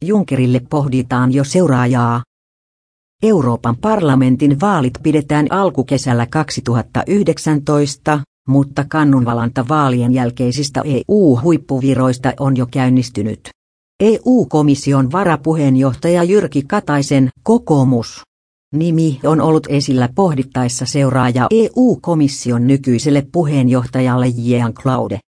Junckerille pohditaan jo seuraajaa. Euroopan parlamentin vaalit pidetään alkukesällä 2019, mutta kannunvalanta vaalien jälkeisistä EU-huippuviroista on jo käynnistynyt. EU-komission varapuheenjohtaja Jyrki Kataisen kokoomus nimi on ollut esillä pohdittaessa seuraaja EU-komission nykyiselle puheenjohtajalle Jean-Claude